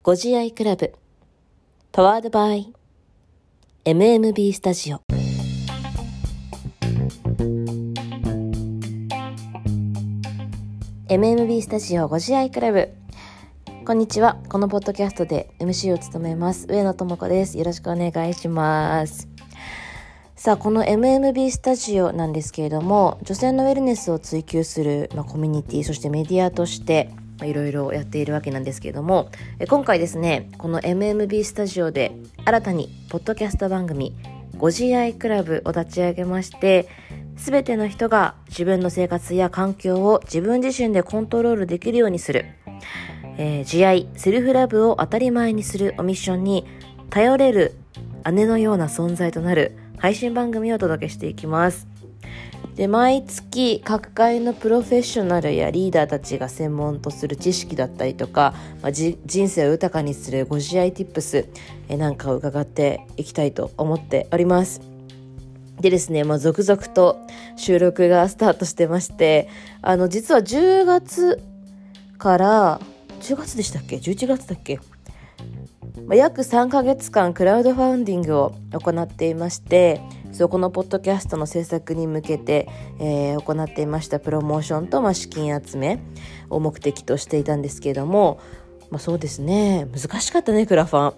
ご自愛クラブパワードバイ MMB スタジオ。MMB スタジオご自愛クラブ、こんにちは。このポッドキャストで MC を務めます上野智子です。よろしくお願いします。さあ、この MMB スタジオなんですけれども、女性のウェルネスを追求する、コミュニティ、そしてメディアとしていろいろやっているわけなんですけれども、今回ですね、この MMB スタジオで新たにポッドキャスト番組ご自愛クラブを立ち上げまして、すべての人が自分の生活や環境を自分自身でコントロールできるようにする、自愛セルフラブを当たり前にするをミッションに、頼れる姉のような存在となる配信番組をお届けしていきます。で、毎月各界のプロフェッショナルやリーダーたちが専門とする知識だったりとか、人生を豊かにするご自愛ティップスなんかを伺っていきたいと思っております。でですね、続々と収録がスタートしてまして、実は10月から10月でしたっけ11月だっけ、約3ヶ月間クラウドファウンディングを行っていまして、このポッドキャストの制作に向けて、行っていましたプロモーションと、資金集めを目的としていたんですけれども、そうですね、難しかったね、クラファン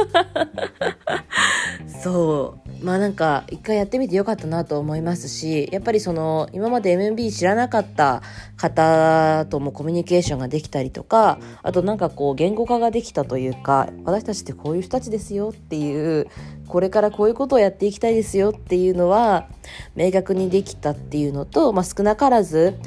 そうなんか一回やってみてよかったなと思いますし、やっぱり今まで MMB 知らなかった方ともコミュニケーションができたりとか、あと言語化ができたというか、私たちってこういう人たちですよっていう、これからこういうことをやっていきたいですよっていうのは明確にできたっていうのと、少なからず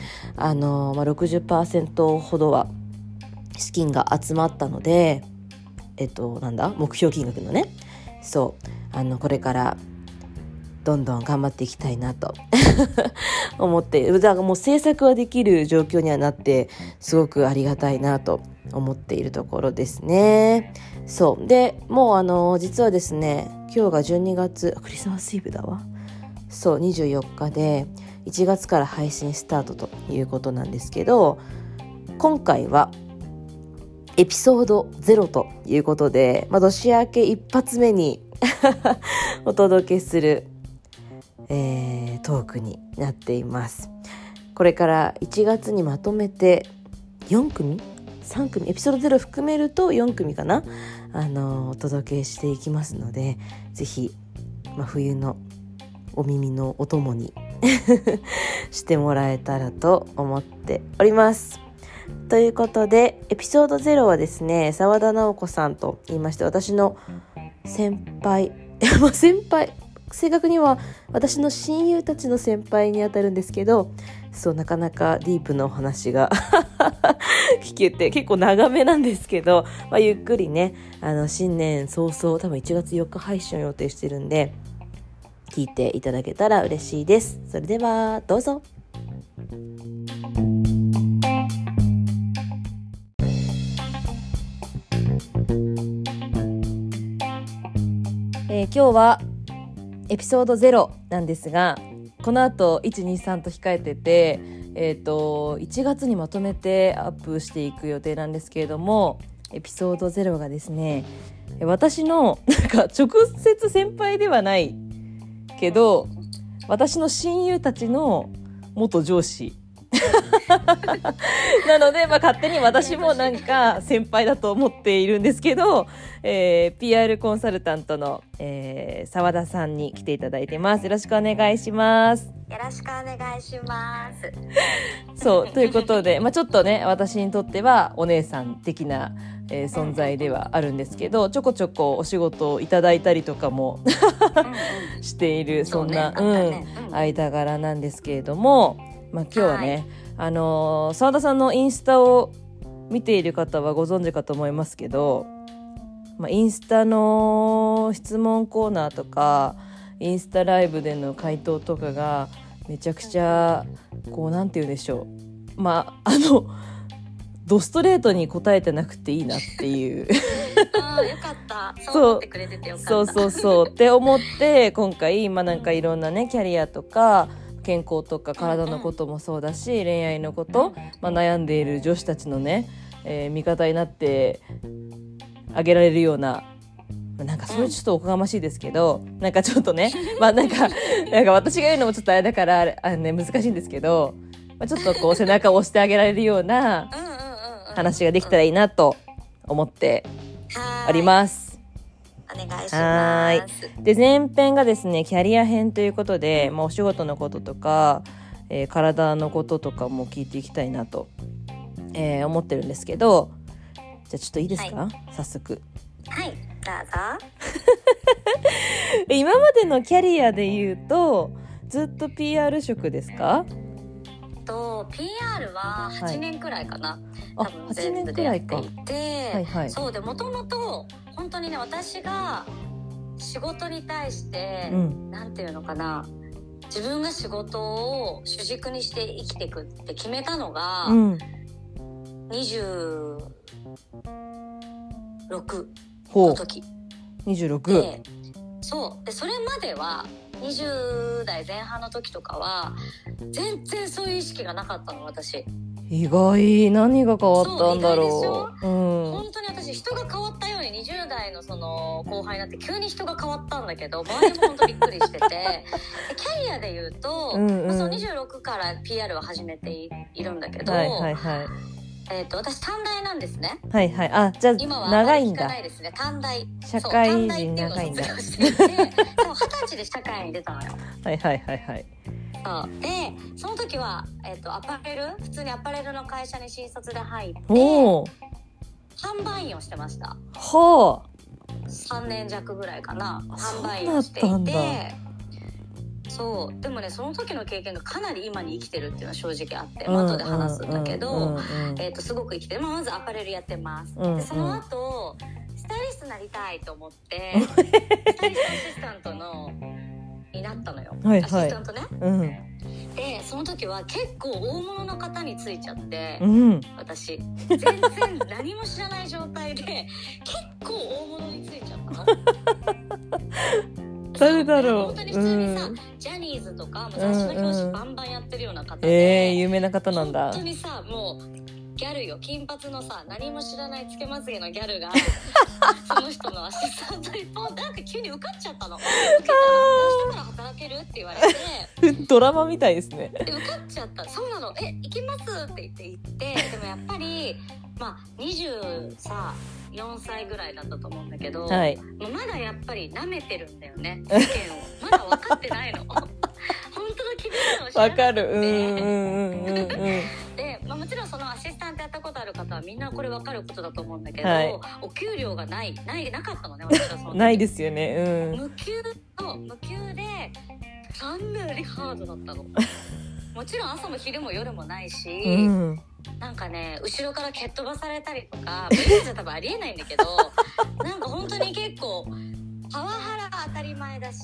60% ほどは資金が集まったので、目標金額のね、これからどんどん頑張っていきたいなと思って、だからもう制作はできる状況にはなって、すごくありがたいなと思っているところですね。で、もう実はですね、今日が12月クリスマスイブだわ。24日で1月から配信スタートということなんですけど、今回はエピソード0ということで、年明け一発目にお届けする、トークになっています。これから1月にまとめて4組3組エピソード0含めると4組かな、お届けしていきますので、ぜひ、冬のお耳のお供にしてもらえたらと思っております。ということで、エピソード0はですね、澤田直子さんと言いまして、私の先輩正確には私の親友たちの先輩にあたるんですけど、なかなかディープなお話が聞けて、結構長めなんですけど、ゆっくりね、新年早々多分1月4日配信を予定してるんで、聞いていただけたら嬉しいです。それではどうぞ。今日はエピソード0なんですが、この後 1,2,3 と控えてて、1月にまとめてアップしていく予定なんですけれども、エピソード0がですね、私の直接先輩ではないけど、私の親友たちの元上司なので、勝手に私も先輩だと思っているんですけど、PR コンサルタントの、澤田さんに来ていただいてます。よろしくお願いします。 よろしくお願いします。 ということで、ちょっとね、私にとってはお姉さん的な、存在ではあるんですけど、ちょこちょこお仕事をいただいたりとかもしている、そんな、間柄なんですけれども、今日はね、澤田さんのインスタを見ている方はご存知かと思いますけど、インスタの質問コーナーとかインスタライブでの回答とかがめちゃくちゃなんて言うんでしょう、ドストレートに答えてなくていいなっていうよかったそう思ってくれててよかったそうって思って、今回いろんなね、キャリアとか健康とか体のこともそうだし、恋愛のこと、悩んでいる女子たちのね、味方になってあげられるような、なんかそれちょっとおこがましいですけど、なんかちょっとね、まあなんか私が言うのもちょっとあれだからね、難しいんですけど、ちょっとこう背中を押してあげられるような話ができたらいいなと思っております。 お願いします。 で、前編がですねキャリア編ということで、お仕事のこととか、体のこととかも聞いていきたいなと、思ってるんですけど、じゃあちょっといいですか、早速。 はい、どうぞ。 今までのキャリアで言うとずっと PR 職ですか ？PR は8年くらいかな、多分全部でやっていて、そうで、もともと本当にね、私が仕事に対して、なんていうのかな、自分が仕事を主軸にして生きていくって決めたのが、26の時。 26 で、そうで、それまでは20代前半の時とかは全然そういう意識がなかったの、私。 意外。何が変わったんだろう。 本当に私、人が変わったように20代のその後輩になって急に人が変わったんだけど、周りも本当びっくりしててキャリアで言うと、その26から PR を始めているんだけど、私短大なんですね。 あ、じゃあ今は長いんだ。 ないですね、短大。 社会人長いんだ。 そう、短大っていうのを卒業していて20歳で社会に出たのよ。そうで、その時は、アパレル、普通にアパレルの会社に新卒で入って販売員をしてました。3年弱ぐらいかな、販売員をしていて。そうでもね、その時の経験がかなり今に生きてるっていうのは正直あって、後で話すんだけど、すごく生きてる。まずアパレルやってます。で、その後スタイリストになりたいと思ってスタイリストアシスタントになったのよ。アシスタントね。で、その時は結構大物の方についちゃって、私全然何も知らない状態で結構大物についちゃったの。 誰だろう。 本当に普通にさ、ジャニーズとか雑誌の表紙バンバンやってるような方で、 有名な方なんだ。 本当にさ、もうギャルよ、金髪のさ、何も知らないつけまつげのギャルがその人のアシスタントにポンってなんか急に受かっちゃったの。受けたら明日から働けるって言われてドラマみたいですね。 で、受かっちゃった。そうなの。行きますって言って、でもやっぱり24歳ぐらいだったと思うんだけど、まだやっぱり舐めてるんだよね、世間を。まだ分かってないの。本当の厳しさを知らなくて。分かる。で、もちろんそのアシスタントやったことある方はみんなこれ分かることだと思うんだけど、お給料がなかったのね、私はその時。ないですよね。無給でかなりハードだったの。もちろん朝も昼も夜もないし、なんかね、後ろから蹴っ飛ばされたりとか、今じゃ多分ありえないんだけどなんか本当に結構パワハラが当たり前だし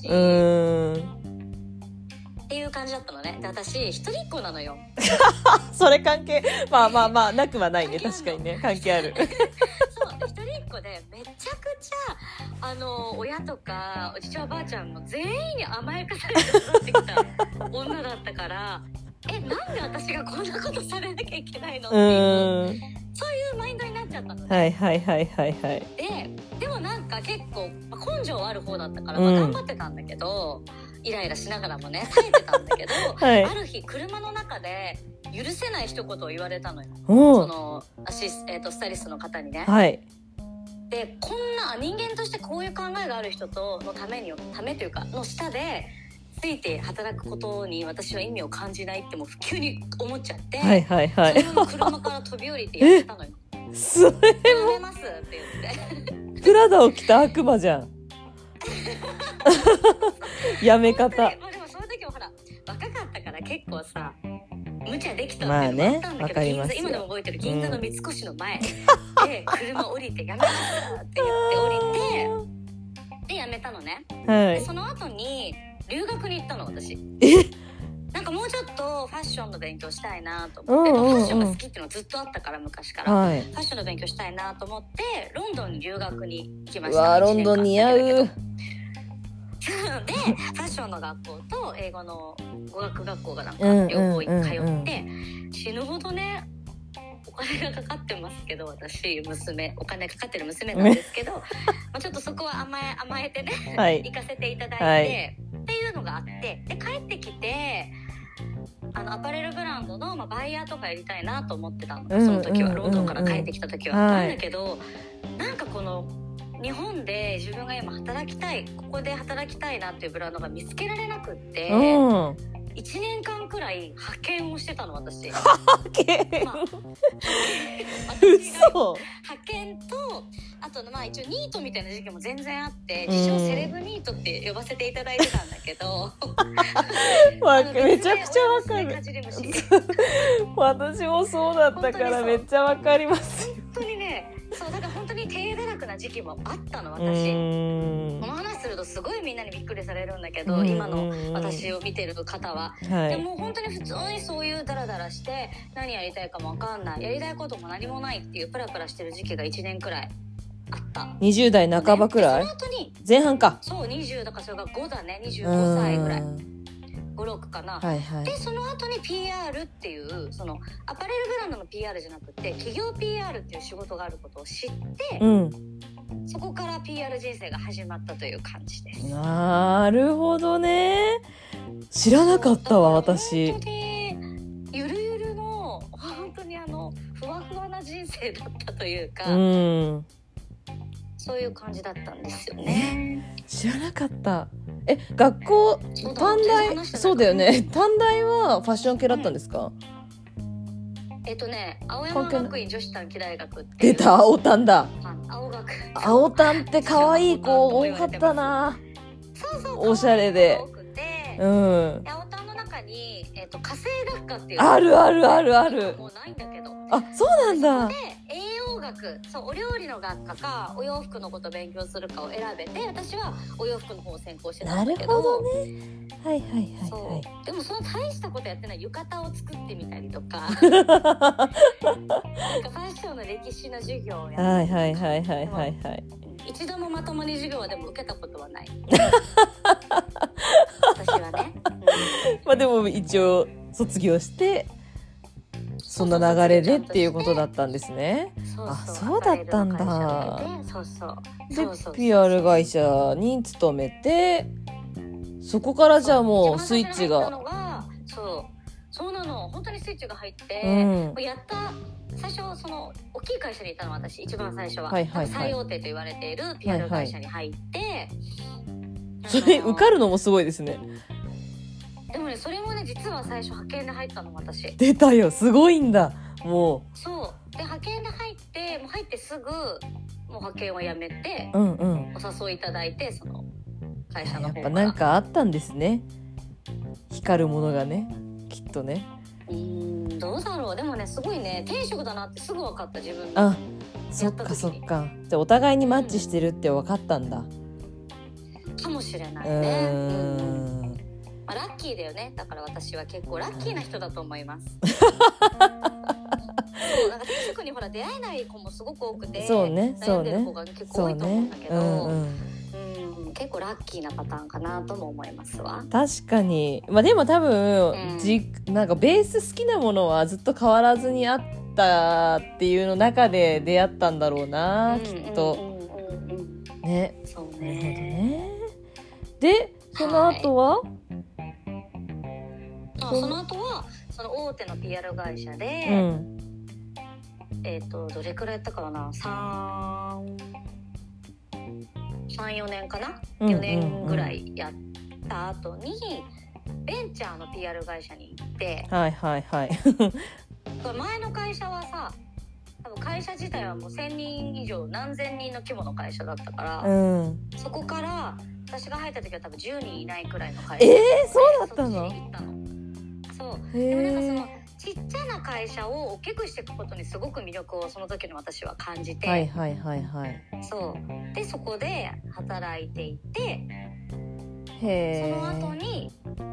っていう感じだったのね。で、私一人っ子なのよ。 それ関係なくはないね。確かにね、関係ある。 そう、一人っ子でめちゃくちゃ親とかおじいちゃんおばあちゃんの全員に甘やかされて育ってきた女だったからなんで私がこんなことされなきゃいけないのっていう、そういうマインドになっちゃったのね。でもなんか結構根性はある方だったから、頑張ってたんだけど、イライラしながらもね耐えてたんだけど、ある日車の中で許せない一言を言われたのよ、そのスタイリストの方にね。で、こんな人間としてこういう考えがある人のためというかの下でついて働くことに私は意味を感じないってもう急に思っちゃって、そのまま車から飛び降りてやめたのよ。それもやめますって言ってプラダを着た悪魔じゃん。やめ方。でもその時もほら若かったから結構さ無茶できたっていうのもあったんだけど、今でも覚えてる、銀座の三越の前で車降りてやめますって言って降りて、でやめたのね。でその後に留学に行ったの、私。なんかもうちょっとファッションの勉強したいなと思って、ファッションが好きっていうのはずっとあったから昔から、ファッションの勉強したいなと思ってロンドンに留学に行きました。 ロンドン似合う。 で、ファッションの学校と英語の語学学校がなんか両方通って、死ぬほどねお金がかかってますけど、私お金かかってる娘なんですけどまあちょっとそこは甘えてね、 はい、 行かせていただいて、 はい、 っていうのがあって、で帰ってきてアパレルブランドの、バイヤーとかやりたいなと思ってたの、その時はロンドンから帰ってきた時は、なんだけどなんかこの日本で自分が今働きたい、ここで働きたいなっていうブランドが見つけられなくって、1年間くらい派遣をしてたの私。 派遣、 嘘。派遣とあと一応ニートみたいな時期も全然あって、自称セレブニートって呼ばせていただいてたんだけどめちゃくちゃわかる私もそうだったからめっちゃわかりますよ。 本当にね、そうだから本当に低堕落な時期もあったの私。この話するとすごいみんなにびっくりされるんだけど、今の私を見てる方は、でも本当に普通にそういうダラダラして何やりたいかも分かんない、やりたいことも何もないっていうプラプラしてる時期が1年くらいあった。 20代半ばくらい、 その後に前半か、 そう20だからそれが5だね、25歳ぐらい、5、6かな、 はいはい、 でその後に PR っていうそのアパレルブランドの PR じゃなくて企業 PR っていう仕事があることを知って、そこから PR 人生が始まったという感じです。 なるほどね、知らなかったわ私。 本当にゆるゆるの本当にふわふわな人生だったというか、そういう感じだったんですよね。 知らなかった。学校短大、そうだよね、短大はファッション系だったんですか？ 青山学院女子短期大学って出た、青短だ。 青短って可愛い子多かったな。 そうおしゃれで、 多くて、 青短の中に家政学科っていうあるあるあるある。 もうないんだけど、 あ、そうなんだ。 で栄養学、そうお料理の学科かお洋服のことを勉強するかを選べて、私はお洋服の方を専攻してたんだけど。 なるほどね。はいはいはいはい。 そうでもその大したことやってない浴衣を作ってみたりとかなんかファッションの歴史の授業をやはいはいはいはいはいはい。 一度もまともに授業はでも受けたことはない私はね、 まあでも一応卒業してそんな流れでっていうことだったんですね。そうだったんだ。で PR 会社に勤めて、そこからじゃあもうスイッチが、 そうなの、本当にスイッチが入って、やった最初その大きい会社にいたの私、一番最初は、最大手と言われている PR 会社に入って、 それ受かるのもすごいですね。 でもね、それもね実は最初派遣で入ったの私。 出たよ、すごいんだ。もうそうで派遣で入ってすぐもう派遣を辞めて、お誘いいただいて、その会社の方からやっぱなんかあったんですね、光るものがね、きっとね。 どうだろう。でもね、すごいね、転職だなってすぐ分かった、自分で。 あ、そっかそっか。じゃあお互いにマッチしてるって分かったんだ、 かもしれないね。ラッキーだよね。だから私は結構ラッキーな人だと思いますそうなんか転職にほら出会えない子もすごく多くて、悩んでる子が結構多いと思うんだけど、結構ラッキーなパターンかなとも思いますわ。 確かに。まあでも多分、なんかベース好きなものはずっと変わらずにあったっていうの中で出会ったんだろうな、きっと。ね。 そうね。 なるほどね。で、その後は？ その後はその大手の PR 会社で、どれくらいやったかな、3-4年かな、4年ぐらいやった後にベンチャーの PR 会社に行って、 はいはいはい前の会社はさ、多分会社自体はもう1000人以上何千人の規模の会社だったから、そこから私が入った時は多分10人いないくらいの会社。 そうだったの？ そうでもなんかそのちっちゃな会社を大きくしていくことにすごく魅力をその時の私は感じて、そうでそこで働いていて、その後に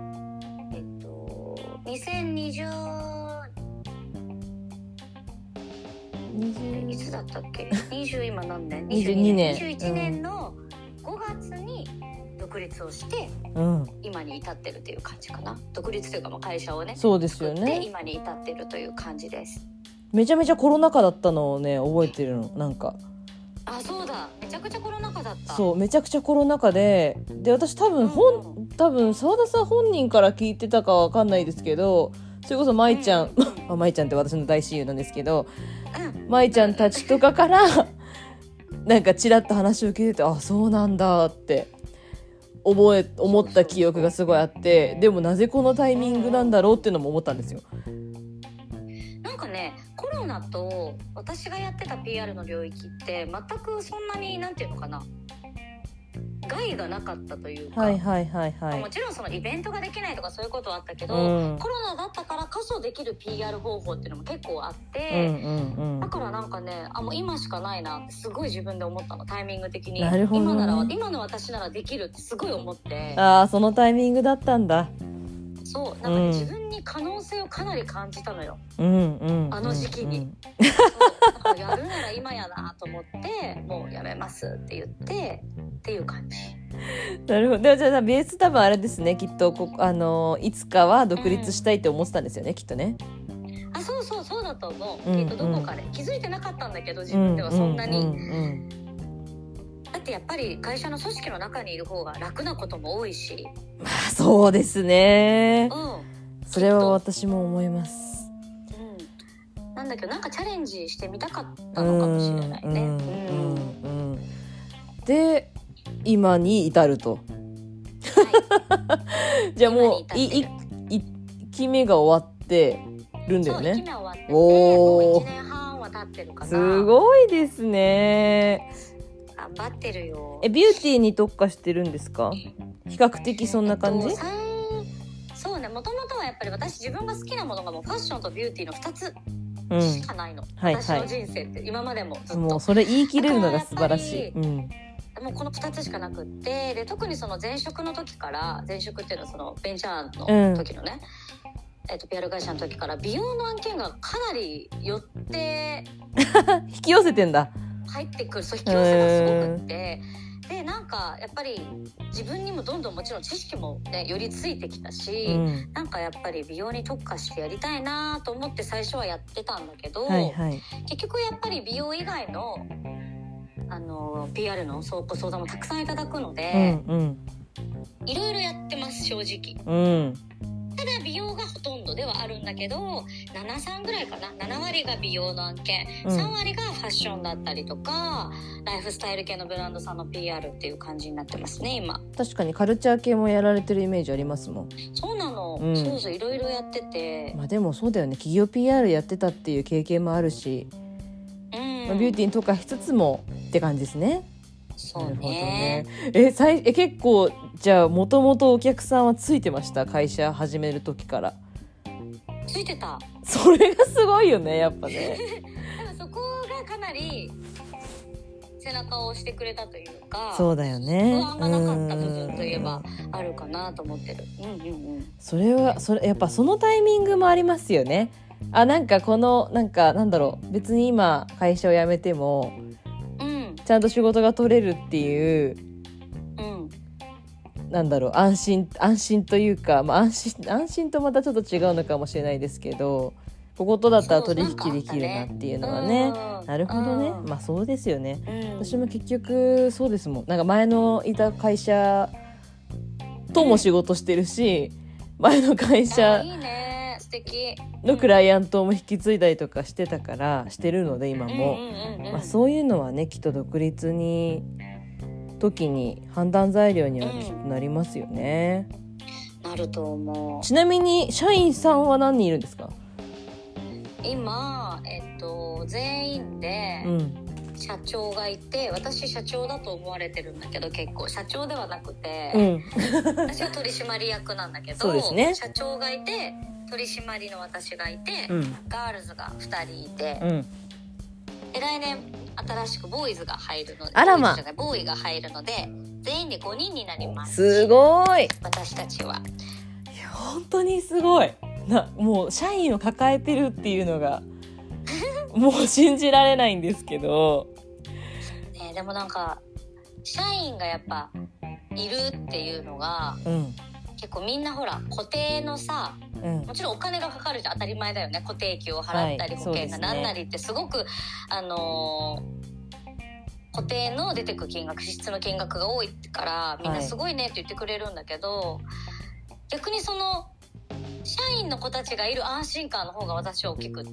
いつだったっけ20今何年 22年 21年の5月に独立をして、今に至ってるという感じかな。独立というか会社をね、 そうですよね、 作って今に至ってるという感じです。 めちゃめちゃコロナ禍だったのをね覚えてるの。なんかそうだ、めちゃくちゃコロナ禍だった。 そうめちゃくちゃコロナ禍で私多分澤田さん本人から聞いてたかわかんないですけど、それこそ舞ちゃん、舞ちゃんって私の大親友なんですけど、舞ちゃんたちとかからなんかちらっと話を聞いてて、あ、そうなんだって思った記憶がすごいあって、でもなぜこのタイミングなんだろうっていうのも思ったんですよ。 なんかね、コロナと私がやってた PR の領域って全くそんなになんていうのかな、害がなかったというか、もちろんそのイベントができないとかそういうことはあったけど、コロナだったからこそできる PR 方法っていうのも結構あって、だからなんかね、もう今しかないなってすごい自分で思ったの、タイミング的に。なるほどね、今の私ならできるってすごい思って。 そのタイミングだったんだ。 そうなんかね、自分に可能性をかなり感じたのよ、あの時期に。そうやるなら今やなと思ってもうやめますって言ってっていう感じ。 なるほど。じゃあベース多分あれですね、きっといつかは独立したいって思ってたんですよね、きっとね。 そうだと思う、きっとどこかで気づいてなかったんだけど自分ではそんなに、だってやっぱり会社の組織の中にいる方が楽なことも多いし。 そうですね、それは私も思います。 なんだけどなんかチャレンジしてみたかったのかもしれないね。 で今に至ると、じゃあもう1期目が終わってるんだよね。 そう、1期目終わっててもう1年半は経ってるかな。 すごいですね。 頑張ってるよ。 ビューティーに特化してるんですか？比較的そんな感じ？ そうね、もともとはやっぱり私自分が好きなものがもうファッションとビューティーの2つしかないの、私の人生って今までもずっと。もうそれ言い切れるのが素晴らしい。 もうこの2つしかなくって、で特にその前職の時から、前職っていうのはそのベンチャーの時のね、PR 会社の時から美容の案件がかなり寄って引き寄せてんだ。 入ってくる。そう、引き寄せがすごくって、でなんかやっぱり自分にもどんどんもちろん知識もねよりついてきたし、なんかやっぱり美容に特化してやりたいなと思って最初はやってたんだけど、結局やっぱり美容以外のPR の相談もたくさんいただくので、いろいろやってます正直。ただ美容がほとんどではあるんだけど、7-3ぐらいかな、7割が美容の案件、3割がファッションだったりとかライフスタイル系のブランドさんの PR っていう感じになってますね今。 確かにカルチャー系もやられてるイメージありますもん。 そうなの、そういろいろやってて、 でもそうだよね、企業 PR やってたっていう経験もあるし、ビューティーに特化しつつもって感じですね。 そうね。 結構じゃあもともとお客さんはついてました？会社始める時からついてた。 それがすごいよね、やっぱね。 でもそこがかなり背中を押してくれたというか、 そうだよね、 不安がなかった部分といえばあるかなと思ってる。 それやっぱそのタイミングもありますよね。なんかなんだろう、別に今会社を辞めてもちゃんと仕事が取れるっていう、なんだろう、安心というか、安心とまたちょっと違うのかもしれないですけど、こことだったら取引できるなっていうのはね。なるほどね。そうですよね、私も結局そうですもん。なんか前のいた会社とも仕事してるし、前の会社のクライアントも引き継いだりとかしてるので今も、そういうのはねきっと独立に時に判断材料にはきっとなりますよね。 なると思う。 ちなみに社員さんは何人いるんですか？ 今、全員で社長がいて、私社長だと思われてるんだけど、結構社長ではなくて、私は取締役なんだけど、そうですね、社長がいて取締りの私がいて、ガールズが2人いて、で来年新しくボーイズが入るので、ボーイが入るので全員で5人になります。 すごい。 私たちは。 いや本当にすごいもう社員を抱えてるっていうのがもう信じられないんですけど、 でもなんか社員がやっぱいるっていうのが、結構みんなほら固定のさもちろんお金がかかるじゃ当たり前だよね。固定給を払ったり、保険が何なりってすごく固定の出てく金額、支出の金額が多いからみんなすごいねって言ってくれるんだけど、逆にその社員の子たちがいる安心感の方が私は大きくって。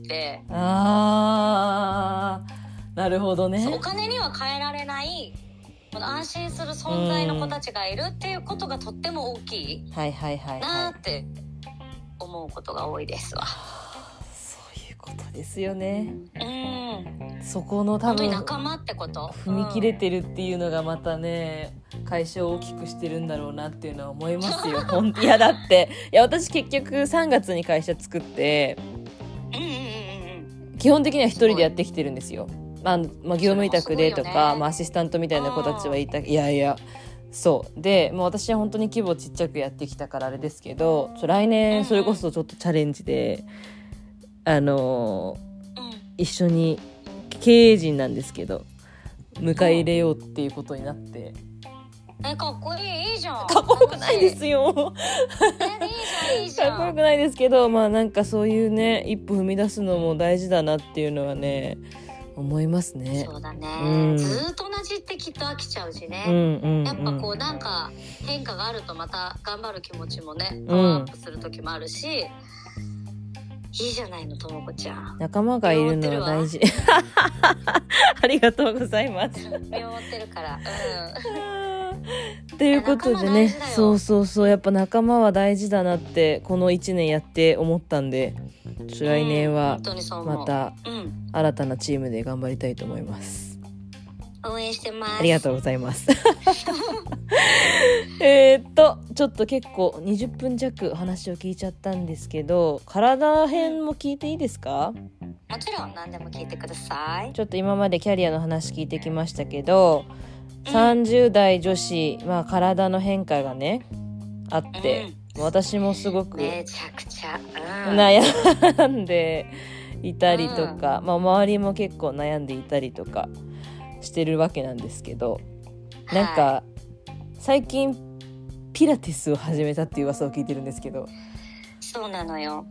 なるほどね。 お金には変えられないこの安心する存在の子たちがいるっていうことがとっても大きいなって思うことが多いですわ。 そういうことですよね。そこの多分本当に仲間ってこと踏み切れてるっていうのがまたね、会社を大きくしてるんだろうなっていうのは思いますよ。本当。いやだって私結局3月に会社作って、基本的には一人でやってきてるんですよ。業務委託でとか、アシスタントみたいな子たちはいた。いやそうで、もう私は本当に規模ちっちゃくやってきたからあれですけど、来年それこそちょっとチャレンジで一緒に経営陣なんですけど迎え入れようっていうことになって、 かっこいいじゃん。 かっこよくないですよ。 いいじゃん。 かっこよくないですけど、なんかそういうね一歩踏み出すのも大事だなっていうのはね思いますね。 そうだね、ずっと同じってきっと飽きちゃうしね、やっぱこうなんか変化があるとまた頑張る気持ちもねパワーアップする時もあるし、いいじゃないのともこちゃん。 仲間がいるのは大事。ありがとうございます。 見守ってるからということでね、そうやっぱ仲間は大事だなってこの1年やって思ったんで、来年はまた新たなチームで頑張りたいと思います。 応援してます。 ありがとうございます。ちょっと結構20分弱話を聞いちゃったんですけど、体編も聞いていいですか？ もちろん何でも聞いてください。 ちょっと今までキャリアの話聞いてきましたけど、30代女子、体の変化がねあって、私もすごくめちゃくちゃ、 悩んでいたりとか、周りも結構悩んでいたりとかしてるわけなんですけど、なんか最近ピラティスを始めたっていう噂を聞いてるんですけど。 そうなのよ。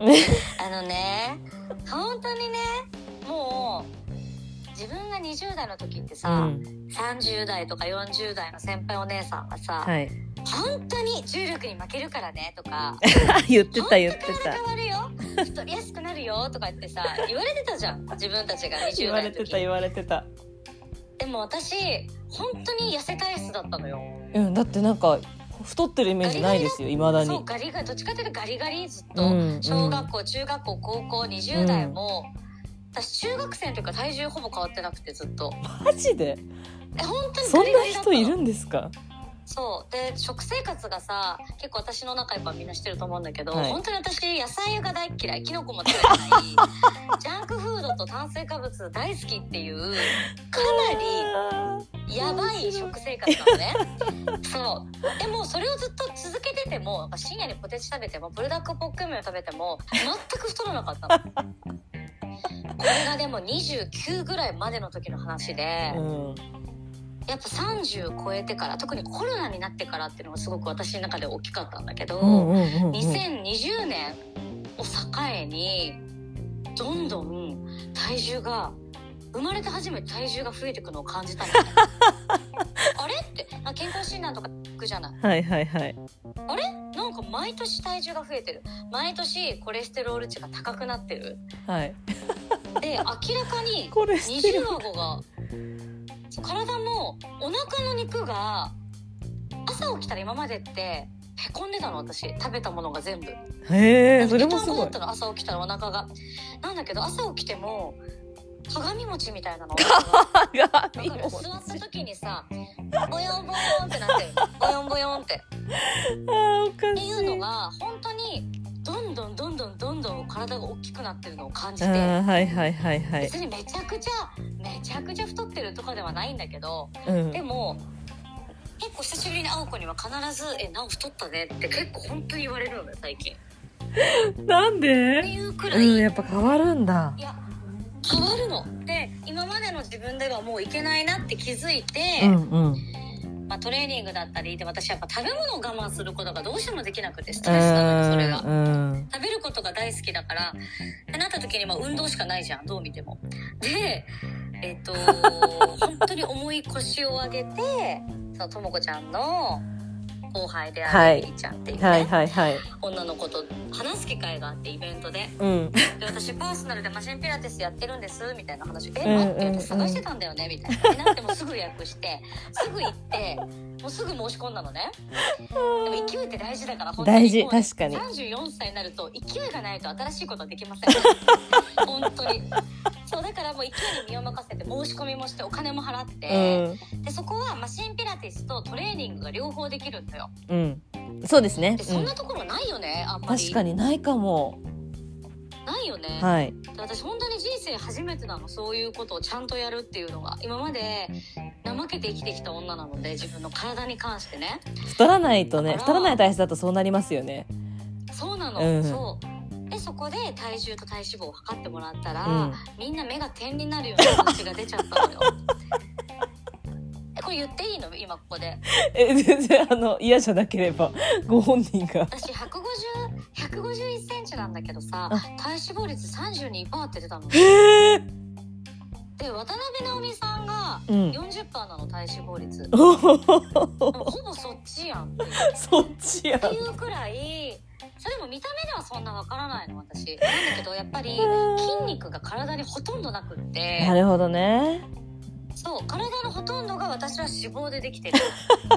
本当にね、もう自分が20代の時ってさ、30代とか40代の先輩お姉さんがさ、本当に重力に負けるからねとか言ってた。 本当体変わるよ、太りやすくなるよとか言ってさ言われてたじゃん、自分たちが20代の時。 言われてた。 でも私本当に痩せ体質だったのよ。 だってなんか太ってるイメージないですよ、未だに。 そう、ガリガリ、どっちかっていうとガリガリずっと、小学校、中学校、高校、20代も、私中学生の時から体重ほぼ変わってなくてずっと。 マジで？ 本当にガリガリだったの。 そんな人いるんですか？ そうで、食生活がさ結構私の中やっぱみんな知ってると思うんだけど、本当に私野菜が大嫌い、キノコも食べれないジャンクフードと炭水化物大好きっていうかなりやばい食生活なのね。そうでもそれをずっと続けてても、深夜にポテチ食べてもブルダックポックン麺を食べても全く太らなかったの。これがでも29ぐらいまでの時の話で、やっぱ30超えてから、特にコロナになってからっていうのがすごく私の中で大きかったんだけど、2020年を境にどんどん体重が、生まれて初めて体重が増えていくのを感じたのね。あれって健康診断とか行くじゃない。あれなんか毎年体重が増えてる、毎年コレステロール値が高くなってる。で明らかに二重顎が、体もお腹の肉が朝起きたら今までってへこんでたの、私食べたものが全部。 それもすごい。 だったの、朝起きたらお腹がなんだけど、朝起きても鏡餅みたいなのだから座った時にさボヨンボヨンってなってる、ボヨンボヨンっておかしいっていうのが本当にどんどん体が大きくなってるのを感じて、別にめちゃくちゃ太ってるとかではないんだけど、でも結構久しぶりに会う子には必ずなお太ったねって結構本当に言われるのよ最近。 なんで？ っていうくらい、 やっぱ変わるんだ。 いや変わるので、今までの自分ではもういけないなって気づいて、 トレーニングだったりで、私やっぱ食べ物を我慢することがどうしてもできなくてストレスなのよ、それが。食べることが大好きだからってなった時に運動しかないじゃん、どう見ても。で本当に重い腰を上げて、ともこちゃんの後輩であるエリちゃんっていうね、女の子と話す機会があって、イベントで、で私パーソナルでマシンピラティスやってるんですみたいな話、待って私探してたんだよねみたいななってもすぐ予約してすぐ行ってもうすぐ申し込んだのね。でも勢いって大事だから、本当に大事、確かに34歳になると勢いがないと新しいことはできません本当にそうだからもう勢いに身を任せて申し込みもしてお金も払って、でそこはマシンピラティスとトレーニングが両方できるんだよ。 そうですね。 でそんなところないよね、あんまり。 確かにないかも。 ないよね。で私本当に人生初めてなの、そういうことをちゃんとやるっていうのが。今まで怠けて生きてきた女なので、自分の体に関してね。 太らないとね、太らない体質だとそうなりますよね。 そうなの、そうでそこで体重と体脂肪を測ってもらったら、みんな目が点になるような話が出ちゃったのよこれ言っていいの今ここで？ 全然嫌じゃなければご本人が。 私151センチなんだけどさ、体脂肪率 32% って出たの。で渡辺直美さんが 40% なの、体脂肪率ほぼそっちやんっていうそっちやんっていうくらい。それも見た目ではそんなわからないの私なんだけど、やっぱり筋肉が体にほとんどなくって。 なるほどね。 そう、体のほとんどが私は脂肪でできてる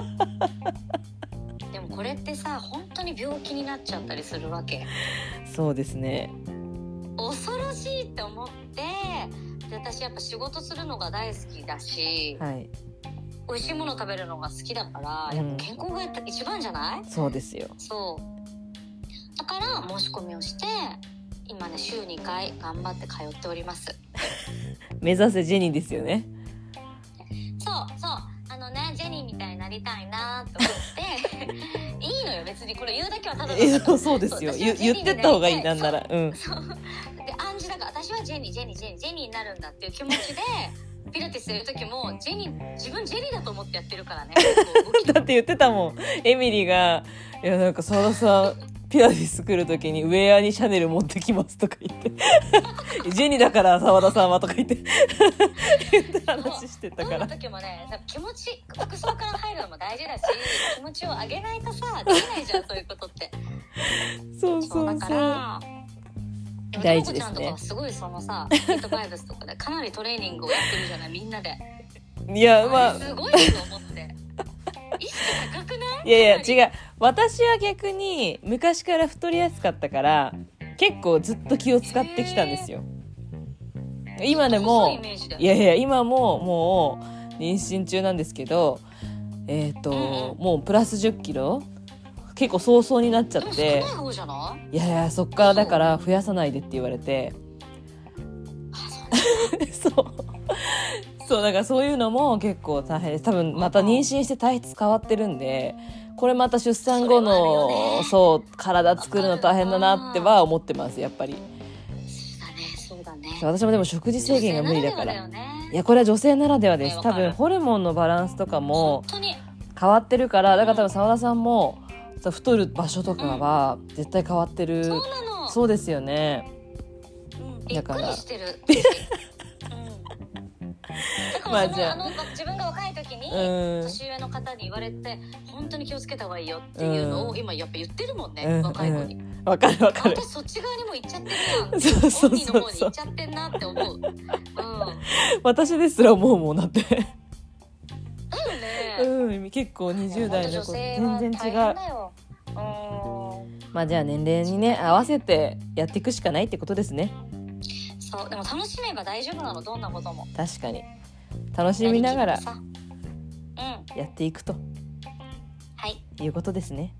でもこれってさ、本当に病気になっちゃったりするわけ。 そうですね、 恐ろしいって思って。で私やっぱ仕事するのが大好きだし、美味しいもの食べるのが好きだから、やっぱ健康が一番じゃない？ そうですよ。 そうだから申し込みをして、今ね週2回頑張って通っております目指せジェニーですよね。 そうジェニーみたいになりたいなと思っていいのよ別に、これ言うだけはただのそうですよ、言ってった方がいい。なんならそうで暗示だから、私はジェニーになるんだっていう気持ちでピラティスやる時も自分ジェニーだと思ってやってるからねだって言ってたもん、エミリーがいやなんか澤田さんピラティス来る時にウェアにシャネル持ってきますとか言ってジェニーだから澤田さんはとか言って言って話してたから。 どんな時もね、気持ち服装から入るのも大事だし気持ちを上げないとさできないじゃんそういうことってそうだから大事ですね。 ともこちゃんとかはすごいそのさヒートバイブスとかでかなりトレーニングをやってるじゃない、みんなで。 いやすごいと思って意識高くない？ いや違う、私は逆に昔から太りやすかったから結構ずっと気を使ってきたんですよ。今でも今ももう妊娠中なんですけどもうプラス10キロ結構早々になっちゃって。 少ない方じゃない？ いやそっからだから増やさないでって言われてそうだからそういうのも結構大変です。多分また妊娠して体質変わってるんで、これまた出産後の体作るの大変だなっては思ってます。やっぱりそうだね。 私もでも食事制限が無理だから。いやこれは女性ならではです。多分ホルモンのバランスとかも変わってるから、だから多分澤田さんも太る場所とかは絶対変わってる。 そうなの。 そうですよね。 だからびっくりしてるじゃあ自分が若い時に年上の方に言われて本当に気をつけた方がいいよっていうのを今やっぱ言ってるもんね、若い子に。 わかる私そっち側にも行っちゃってるやん、本人の方に行っちゃってんなって思う私ですら思うもんだってだよね。 結構20代の子全然違う。まあじゃあ年齢にね合わせてやっていくしかないってことですね。 そうでも楽しめば大丈夫なの、どんなことも。 確かに楽しみながらやっていくと、いうことですね。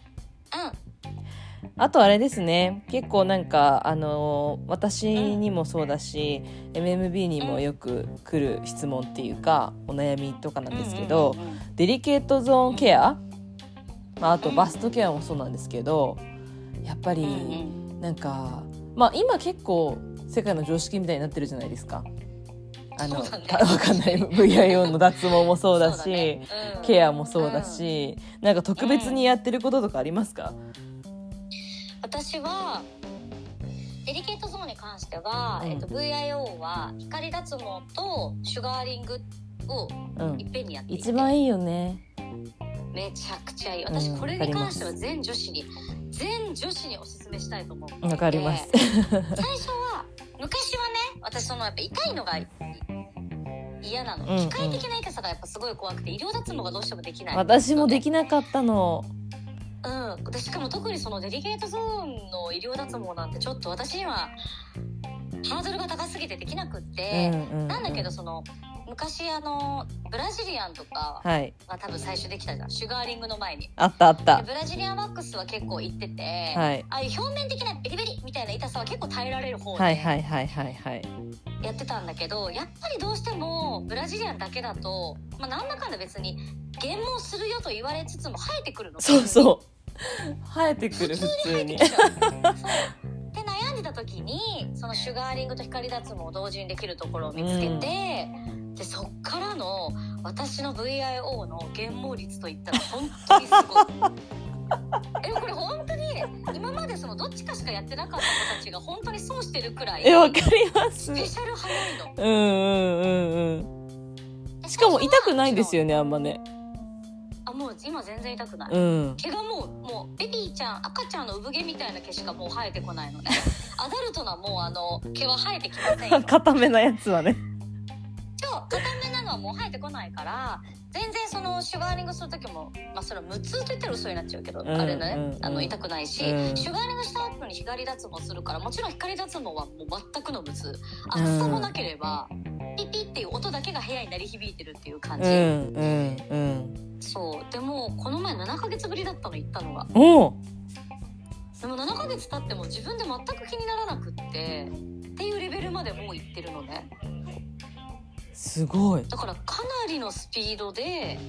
あとあれですね、結構なんか私にもそうだし、MMB にもよく来る質問っていうかお悩みとかなんですけど、デリケートゾーンケア、あとバストケアもそうなんですけど、やっぱりなんか今結構世界の常識みたいになってるじゃないですか。 そうだねわかんない VIO の脱毛もそうだしそうだねケアもそうだし、なんか特別にやってることとかありますか？ 私はデリケートゾーンに関しては、VIO は光脱毛とシュガーリングをいっぺんにやっていて、 一番いいよね。 めちゃくちゃいい。私これに関しては全女子におすすめしたいと思う。 わかります最初は昔はね、私やっぱ痛いのが嫌なの、機械的な痛さがやっぱすごい怖くて医療脱毛がどうしてもできない。 私もできなかったの。 でしかも特にそのデリケートゾーンの医療脱毛なんてちょっと私にはハードルが高すぎてできなくって、なんだけど昔ブラジリアンとかは多分最初できたじゃん、シュガーリングの前に。 あったブラジリアンワックスは結構いってて、ああいう表面的なベリベリみたいな痛さは結構耐えられる方でやってたんだけど、やっぱりどうしてもブラジリアンだけだと、なんだかんだ別に減毛するよと言われつつも生えてくるの。 そう生えてくる、普通に。 そうで悩んでた時にそのシュガーリングと光脱毛を同時にできるところを見つけて、でそっからの私の VIO の減毛率といったら本当にすごいこれ本当に今までどっちかしかやってなかった子たちが本当に損してるくらいわかります。 スペシャル早いの。 しかも痛くないんですよね、あんまね。 もう今全然痛くない、毛がもうベビーちゃん、赤ちゃんの産毛みたいな毛しかもう生えてこないのねアダルトなもう毛は生えてきませんよ固めなやつはね。 そう固めなのはもう生えてこないから、全然シュガーリングする時も、それは無痛と言ったら嘘になっちゃうけど、あれね、痛くないし、シュガーリングした後に光脱毛するから、もちろん光脱毛はもう全くの無痛、熱さもなければピッピッっていう音だけが部屋に鳴り響いてるっていう感じ。そうでもこの前7ヶ月ぶりだったの、行ったのが。でも7ヶ月経っても自分で全く気にならなくってっていうレベルまでもう行ってるのね。 すごい。 だからかなりのスピードで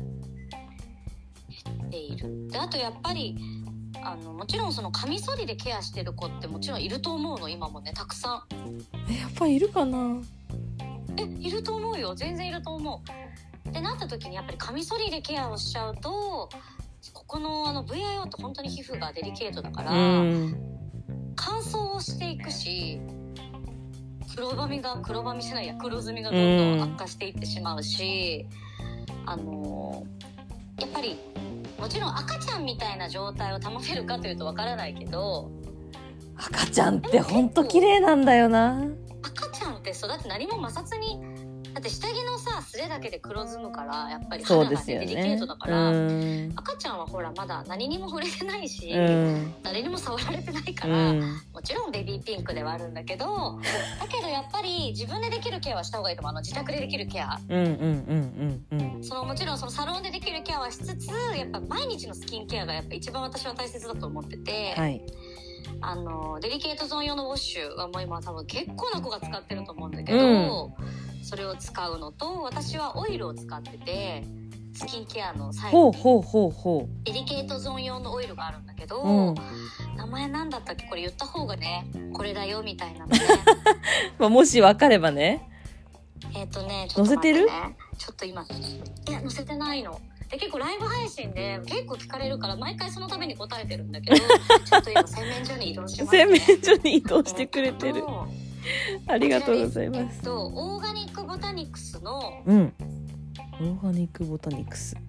減っている。であとやっぱりもちろんカミソリでケアしてる子ってもちろんいると思うの、今もね、たくさん。 やっぱいるかな。 いると思うよ、全然いると思う。ってなった時にやっぱりカミソリでケアをしちゃうと、ここのVIO って本当に皮膚がデリケートだから乾燥をしていくし、黒ずみがどんどん悪化していってしまうし、やっぱりもちろん赤ちゃんみたいな状態を保てるかというとわからないけど、 赤ちゃんってほんと綺麗なんだよな。 赤ちゃんってだって何も摩擦に、だって下着のスレだけで黒ずむから、やっぱり肌が、デリケートだから、赤ちゃんはほらまだ何にも触れてないし、誰にも触られてないから、もちろんベビーピンクではあるんだけど、だけどやっぱり自分でできるケアはした方がいいと思う。自宅でできるケア、もちろんサロンでできるケアはしつつ、やっぱ毎日のスキンケアがやっぱ一番私は大切だと思ってて、デリケートゾーン用のウォッシュはもう今多分結構な子が使ってると思うんだけど、それを使うのと、私はオイルを使ってて、スキンケアの最後にデリケートゾーン用のオイルがあるんだけど、名前なんだったっけ、これ言った方がねこれだよみたいなのねもし分かればね。 ちょっと待ってね、 載せてる？ ちょっと今載せてないので、結構ライブ配信で結構聞かれるから毎回そのために答えてるんだけどちょっと今洗面所に移動しますね。 洗面所に移動してくれてるありがとうございます。 オーガニックボタニクスの、 オーガニックボタニクス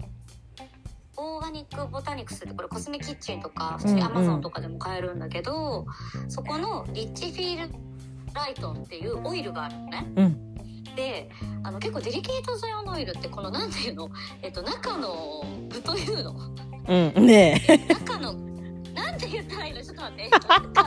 ってこれコスメキッチンとか普通に Amazon とかでも買えるんだけど、そこのリッチフィールライトンっていうオイルがあるのね。で結構デリケートゾーンのオイルってこのなんていうの、中の具というの、 ねえ中のなんて言ったらいいの、ちょっと待って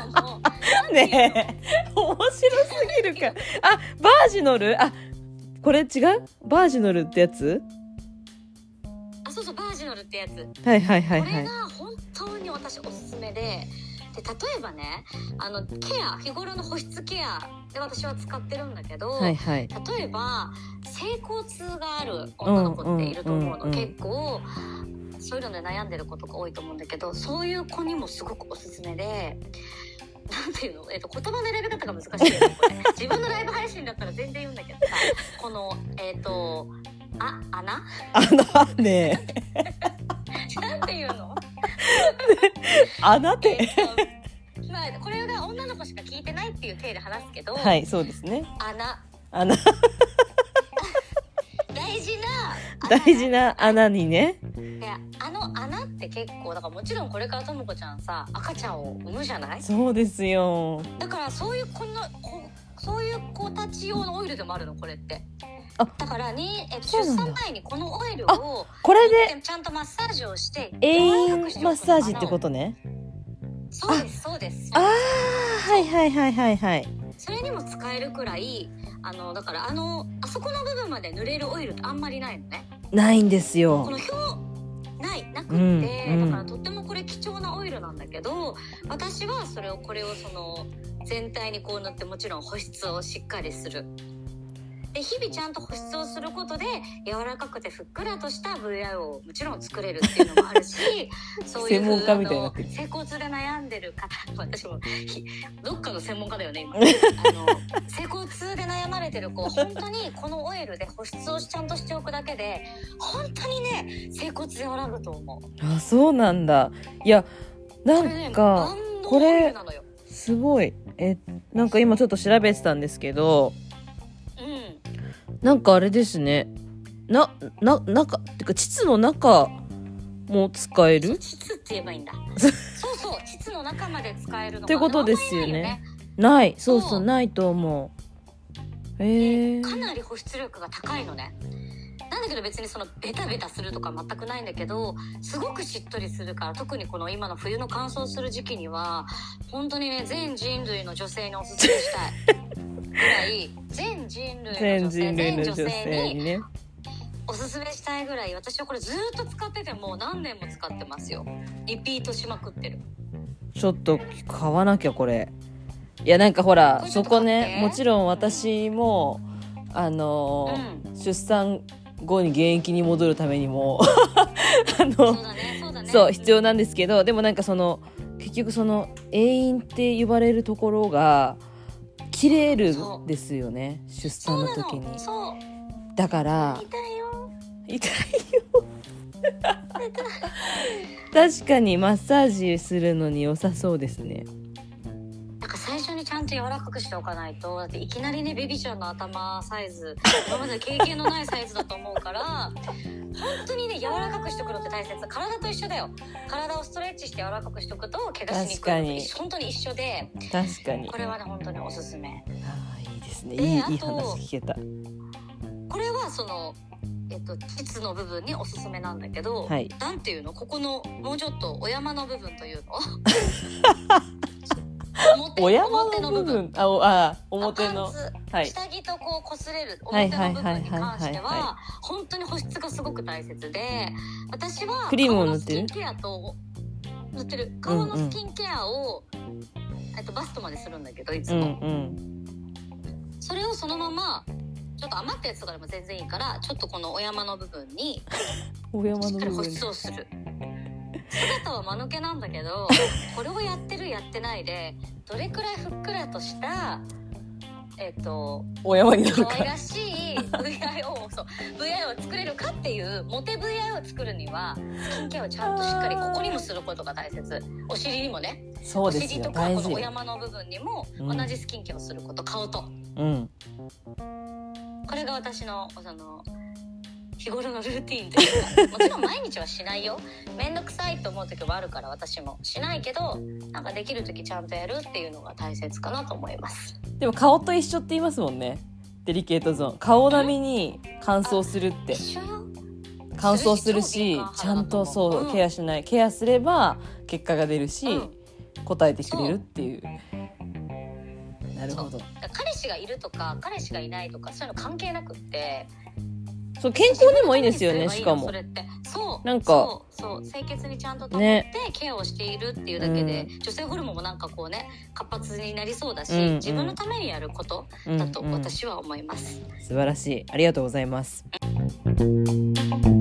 ねえ面白すぎるか。バージノル、これ違う？バージノルってやつ？ そうバージノルってやつ。 これが本当に私おすすめで、例えばね、日頃の保湿ケアで私は使ってるんだけど、例えば整骨痛がある女の子っていると思うの、結構そういうので悩んでる子とか多いと思うんだけど、そういう子にもすごくおすすめで、なんていうの、言葉の選び方が難しいよねこれ自分のライブ配信だったら全然言うんだけどさ、 この穴ねなんていうの穴ってまあこれが女の子しか聞いてないっていう体で話すけど、 はい、そうですね。 穴大事な穴にね。 で、穴って結構だから、もちろんこれからともこちゃんさ赤ちゃんを産むじゃない。 そうですよ。 だからそういう子たち用のオイルでもあるのこれって。 あ、 だから出産前にこのオイルをこれでちゃんとマッサージをして永遠マッサージってことね。 そうですそうです。 はい。それにも使えるくらいだからあそこの部分まで塗れるオイルってあんまりないのね。 ないんですよ。 このなくって、だからとってもこれ貴重なオイルなんだけど、私はこれをその全体にこう塗って、もちろん保湿をしっかりする。で日々ちゃんと保湿をすることで柔らかくてふっくらとした VI をもちろん作れるっていうのもあるしそういう専門家みたいになってる。 整骨で悩んでる方、私もどっかの専門家だよね今整骨で悩まれてる子、本当にこのオイルで保湿をちゃんとしておくだけで本当にね整骨和らぐと思う。 あ、そうなんだ。いや、なんかこれすごいなんか今ちょっと調べてたんですけど、なんかあれですね。中ってか膣の中も使える？ 膣って言えばいいんだ。そう膣の中まで使えるのってことですよね。ない、そうないと思う。 かなり保湿力が高いのね。なんだけど別にそのベタベタするとか全くないんだけど、すごくしっとりするから、特にこの今の冬の乾燥する時期には本当にね、全人類の女性におすすめしたいぐらい、全人類の女性にねおすすめしたいぐらい、私はこれずっと使ってて、もう何年も使ってますよ。リピートしまくってる。 ちょっと買わなきゃこれ。いや、なんかほらそこね、もちろん私も出産後に現役に戻るためにもそう必要なんですけど、でもなんか結局永遠って言われるところが切れるですよね、出産の時に。だから痛いよ確かにマッサージするのに良さそうですね。 なんか最初にちゃんと柔らかくしておかないと、だっていきなりね、ベビちゃんの頭サイズ、今まで経験のないサイズだと思うから本当にね、柔らかくしておくのって大切。体と一緒だよ。体をストレッチして柔らかくしておくと怪我しにくいのと本当に一緒で、 確かにこれはね本当におすすめ。 いいですね。いい話聞けた。 これは膣の部分におすすめなんだけど、はい、なんていうの、ここのもうちょっとお山の部分というのお山の部分、表の、 はい、下着とこう擦れる表の部分に関しては本当に保湿がすごく大切で、私はクリームを塗ってる、塗ってる顔のスキンケアを、バストまでするんだけどいつも、それをそのままちょっと余ったやつとかでも全然いいから、ちょっとこのお山の部分にしっかり保湿をする。姿は間抜けなんだけど、これをやってるやってないでどれくらいふっくらとしたお山になるか、 可愛らしい VI を作れるかっていう、モテ VI を作るにはスキンケアをちゃんとしっかりここにもすることが大切。お尻にもね、 そうですよ、 お尻とかこのお山の部分にも同じスキンケアをすること、顔と、これが私の日頃のルーティーンというか、もちろん毎日はしないよ。めんどくさいと思う時もあるから私もしないけど、なんかできる時ちゃんとやるっていうのが大切かなと思います。 でも顔と一緒って言いますもんね、デリケートゾーン。顔並みに乾燥するって。 一緒よ。 乾燥するし、ちゃんとケアしない、ケアすれば結果が出るし、答えてくれるっていう。なるほど。 彼氏がいるとか彼氏がいないとかそういうの関係なくって、 そう、健康にもいいですよね。しかもそれってなんかそう清潔にちゃんと保ってケアをしているっていうだけで、女性ホルモンもなんかこうね、活発になりそうだし、自分のためにやることだと私は思います。 素晴らしい、ありがとうございます。